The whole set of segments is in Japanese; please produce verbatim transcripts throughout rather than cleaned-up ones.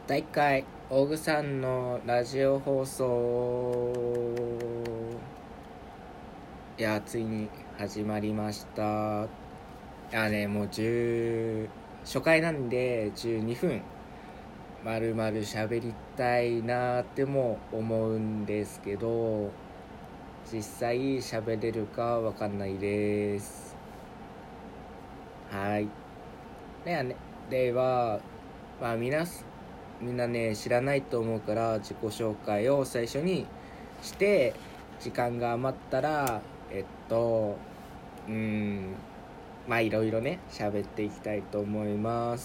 だいいっかいオグさんのラジオ放送、いやついに始まりました。いやねもうじゅう初回なんでじゅうにふんまるまる喋りたいなっても思うんですけど、実際喋れるかわかんないです。はい。ではねではまあみなみんなね知らないと思うから自己紹介を最初にして、時間が余ったらえっとうーんまあいろいろね喋っていきたいと思います。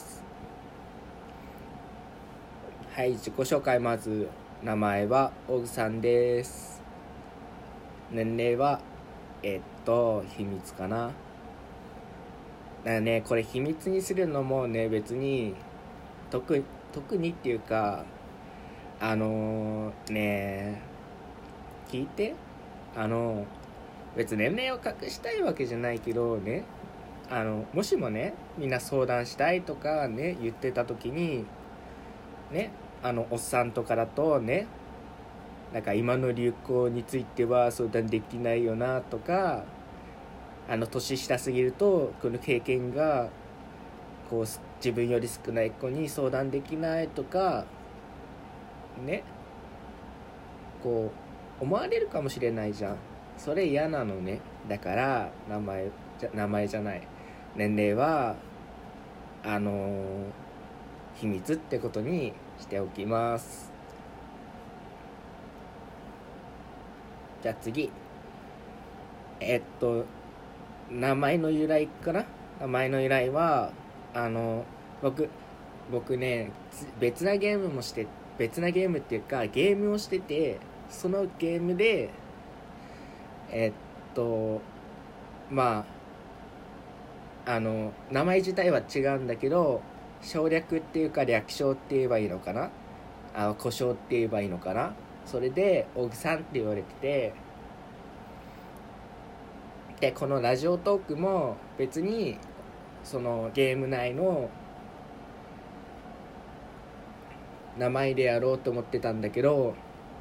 はい、自己紹介。まず名前はオグさんです。年齢はえっと秘密かな。だからねこれ秘密にするのもね別に特特にっていうかあのー、ね聞いて、あの別に年齢を隠したいわけじゃないけどね、あのもしもねみんな相談したいとかね言ってた時にね、あのおっさんとかだとね、なんか今の流行については相談できないよなとか、あの年下すぎるとこの経験がこう自分より少ない子に相談できないとかね、こう思われるかもしれないじゃん。それ嫌なのね。だから名前じゃ名前じゃない年齢はあのー、秘密ってことにしておきます。じゃあ次、えっと名前の由来かな。名前の由来はあの僕僕ね別なゲームもして別なゲームっていうかゲームをしてて、そのゲームでえっとまああの名前自体は違うんだけど、省略っていうか略称って言えばいいのかな、あ故障って言えばいいのかな。それでオグさんって言われてて、でこのラジオトークも別にそのゲーム内の名前でやろうと思ってたんだけど、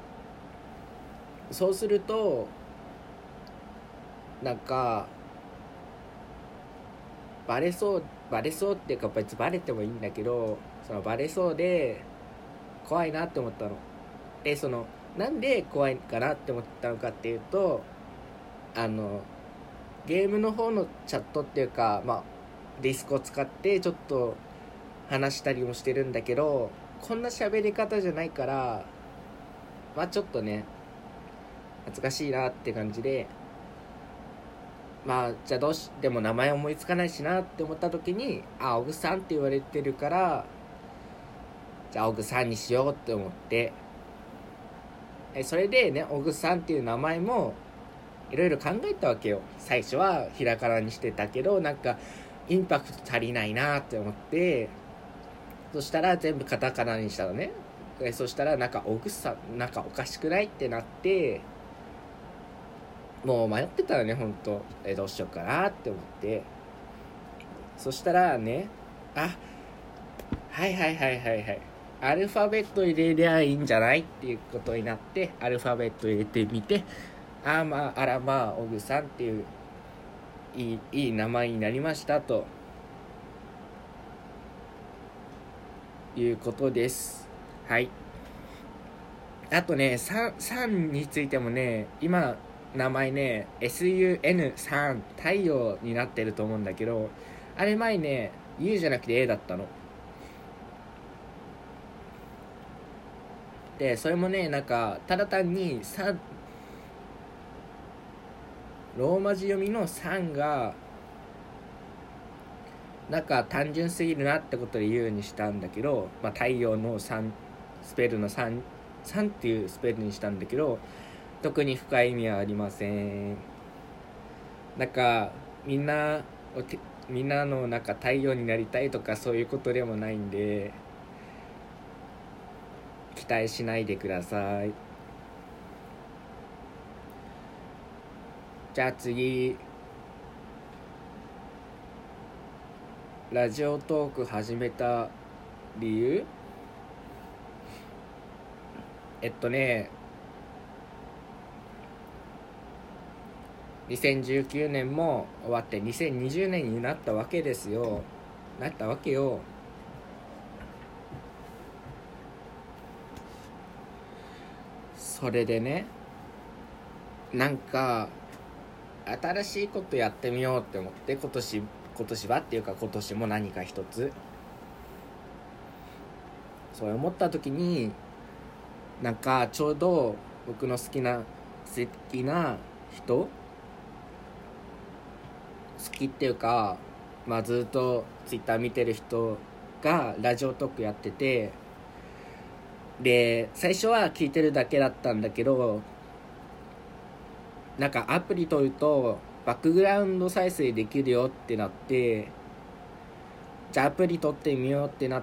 そうするとなんかバレそうバレそうっていうか別にバレてもいいんだけど、そのバレそうで怖いなって思ったの。でそのなんで怖いかなって思ったのかっていうと、あのゲームの方のチャットっていうか、まあディスコを使ってちょっと話したりもしてるんだけど、こんな喋り方じゃないから、まあちょっとね恥ずかしいなって感じで、まあじゃあどうしでも名前思いつかないしなって思った時に、あオグさんって言われてるから、じゃあオグさんにしようって思って、えそれでねオグさんっていう名前もいろいろ考えたわけよ。最初はひらがなにしてたけど、なんかインパクト足りないなって思って、そしたら全部カタカナにしたのね。えそしたらなんかオグさんなんかおかしくないってなって、もう迷ってたらねほんと、えどうしようかなって思って、そしたらね、あはいはいはいはいはいアルファベット入れりゃいいんじゃないっていうことになって、アルファベット入れてみて、あまああらまあオグさんっていういいいい名前になりましたということです。はい。あとね、さん、さんについてもね、今名前ね エスユーエヌさん 太陽になってると思うんだけど、あれ前ね U じゃなくて A だったので、それもねなんかただ単にさんローマ字読みのさんがなんか単純すぎるなってことで言うにしたんだけど、まあ、太陽のさんスペルのさん、さんっていうスペルにしたんだけど、特に深い意味はありません。なんかみんなみんなのなんか太陽になりたいとかそういうことでもないんで、期待しないでください。じゃあ次、ラジオトーク始めた理由。 えっとねにせんじゅうきゅうねんも終わってにせんにじゅうねんになったわけですよ。なったわけよ。それでね、なんか新しいことやってみようって思って、今年今年はっていうか今年も何か一つそう思った時に、なんかちょうど僕の好きな好きな人好きっていうか、まあずっとツイッター見てる人がラジオトークやってて、で最初は聞いてるだけだったんだけど、なんかアプリ取るとバックグラウンド再生できるよってなって、じゃあアプリ取ってみようってなって、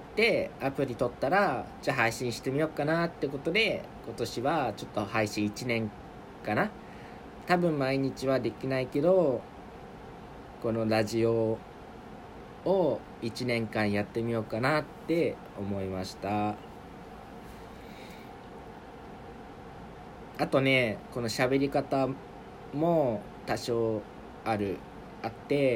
アプリ取ったらじゃあ配信してみようかなってことで、今年はちょっと配信いちねんかな、多分毎日はできないけどこのラジオをいちねんかんやってみようかなって思いました。あとね、この喋り方も多少あるあって、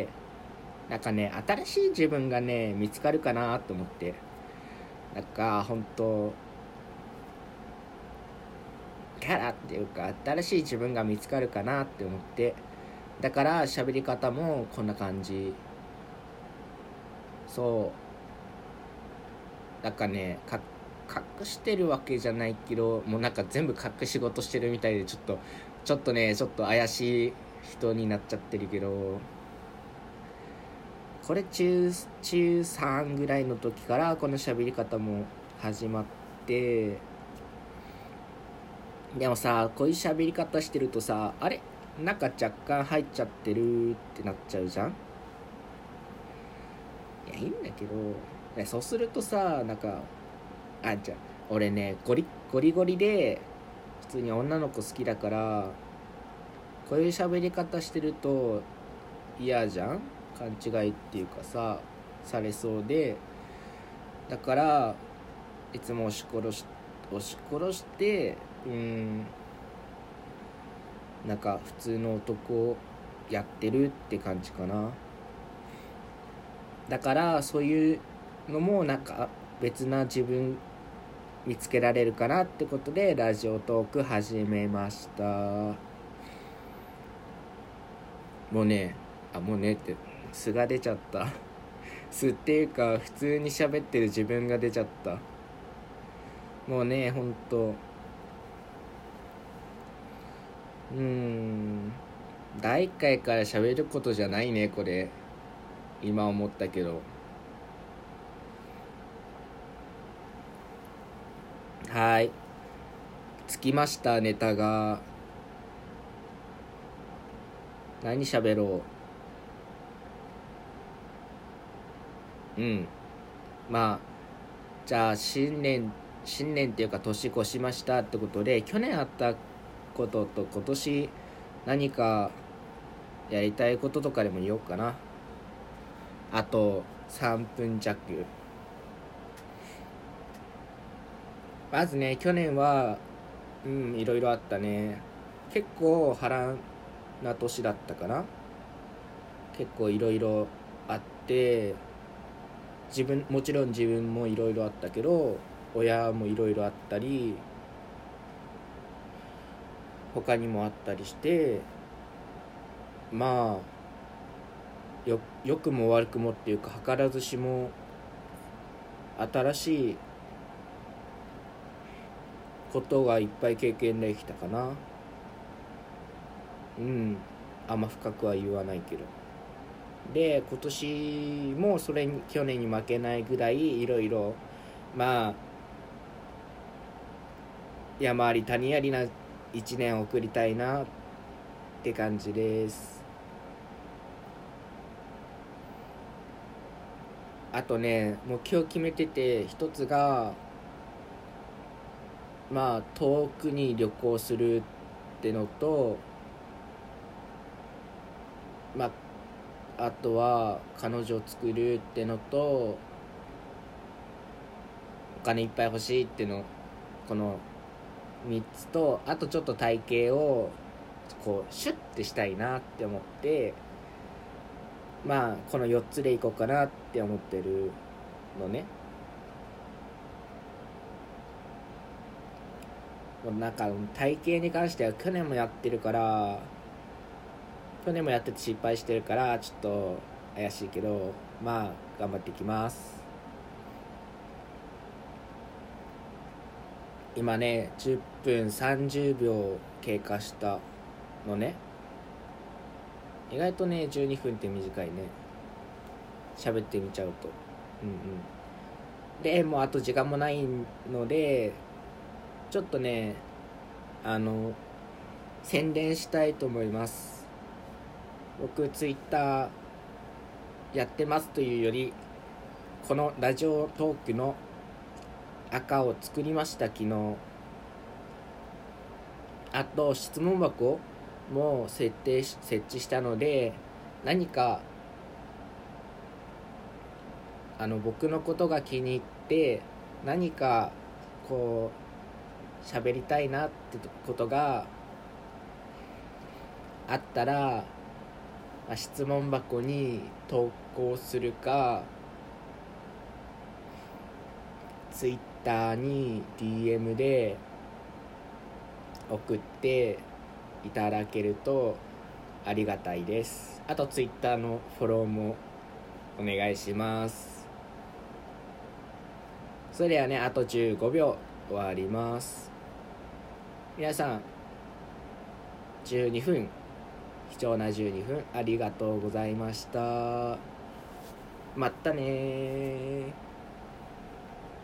なんかね新しい自分がね見つかるかなと思って、なんか本当キャラっていうか新しい自分が見つかるかなって思って、だから喋り方もこんな感じ。そうなんかねか隠してるわけじゃないけど、もうなんか全部隠し事してるみたいで、ちょっとちょっとねちょっと怪しい人になっちゃってるけど、これ中中さんぐらいの時からこの喋り方も始まって、でもさこういう喋り方してるとさ、あれなんか若干入っちゃってるってなっちゃうじゃん。いやいいんだけど、そうするとさ、なんかあじゃあ俺ねゴリゴリゴリで普通に女の子好きだから、こういう喋り方してると嫌じゃん、勘違いっていうかさされそうで、だからいつも押し殺し押し殺してうーんなんか普通の男やってるって感じかな。だからそういうのもなんか別な自分見つけられるかなってことでラジオトーク始めました。もうねあもうねって素が出ちゃった素っていうか普通に喋ってる自分が出ちゃった。もうねほんとうーんだいいっかいから喋ることじゃないねこれ、今思ったけど。はいつきましたネタが。何喋ろう。うんまあじゃあ新年新年っていうか年越しましたってことで、去年あったことと今年何かやりたいこととかでも言おうかな。あとさんぷん弱。まずね去年はうんいろいろあったね。結構波乱な年だったかな。結構いろいろあって、自分もちろん自分もいろいろあったけど親もいろいろあったり他にもあったりして、まあよ良くも悪くもっていうか計らずしも新しいことがいっぱい経験できたかな。うんあんま深くは言わないけど。で今年もそれに去年に負けないぐらいいろいろまあ山あり谷ありな一年を送りたいなって感じです。あとね目標決めてて、一つがまあ遠くに旅行するってのと、まああとは彼女を作るってのと、お金いっぱい欲しいっての、このみっつと、あとちょっと体型をこうシュッてしたいなって思って、まあこのよっつでいこうかなって思ってるのね。なんか体型に関しては去年もやってるから去年もやってて失敗してるからちょっと怪しいけど、まあ頑張っていきます。今ねじゅっぷんさんじゅうびょう経過したのね。意外とねじゅうにふんって短いね、喋ってみちゃうと。うんうんでもうあと時間もないので、ちょっとねあの宣伝したいと思います。僕ツイッターやってますというより、このラジオトークの赤を作りました昨日。あと質問箱も設定し設置したので、何かあの僕のことが気に入って何かこう喋りたいなってことがあったら、まあ、質問箱に投稿するかツイッターに ディーエム で送っていただけるとありがたいです。あとツイッターのフォローもお願いします。それではね、あとじゅうごびょう終わります。皆さんじゅうにふん、貴重なじゅうにふんありがとうございました。まったねー。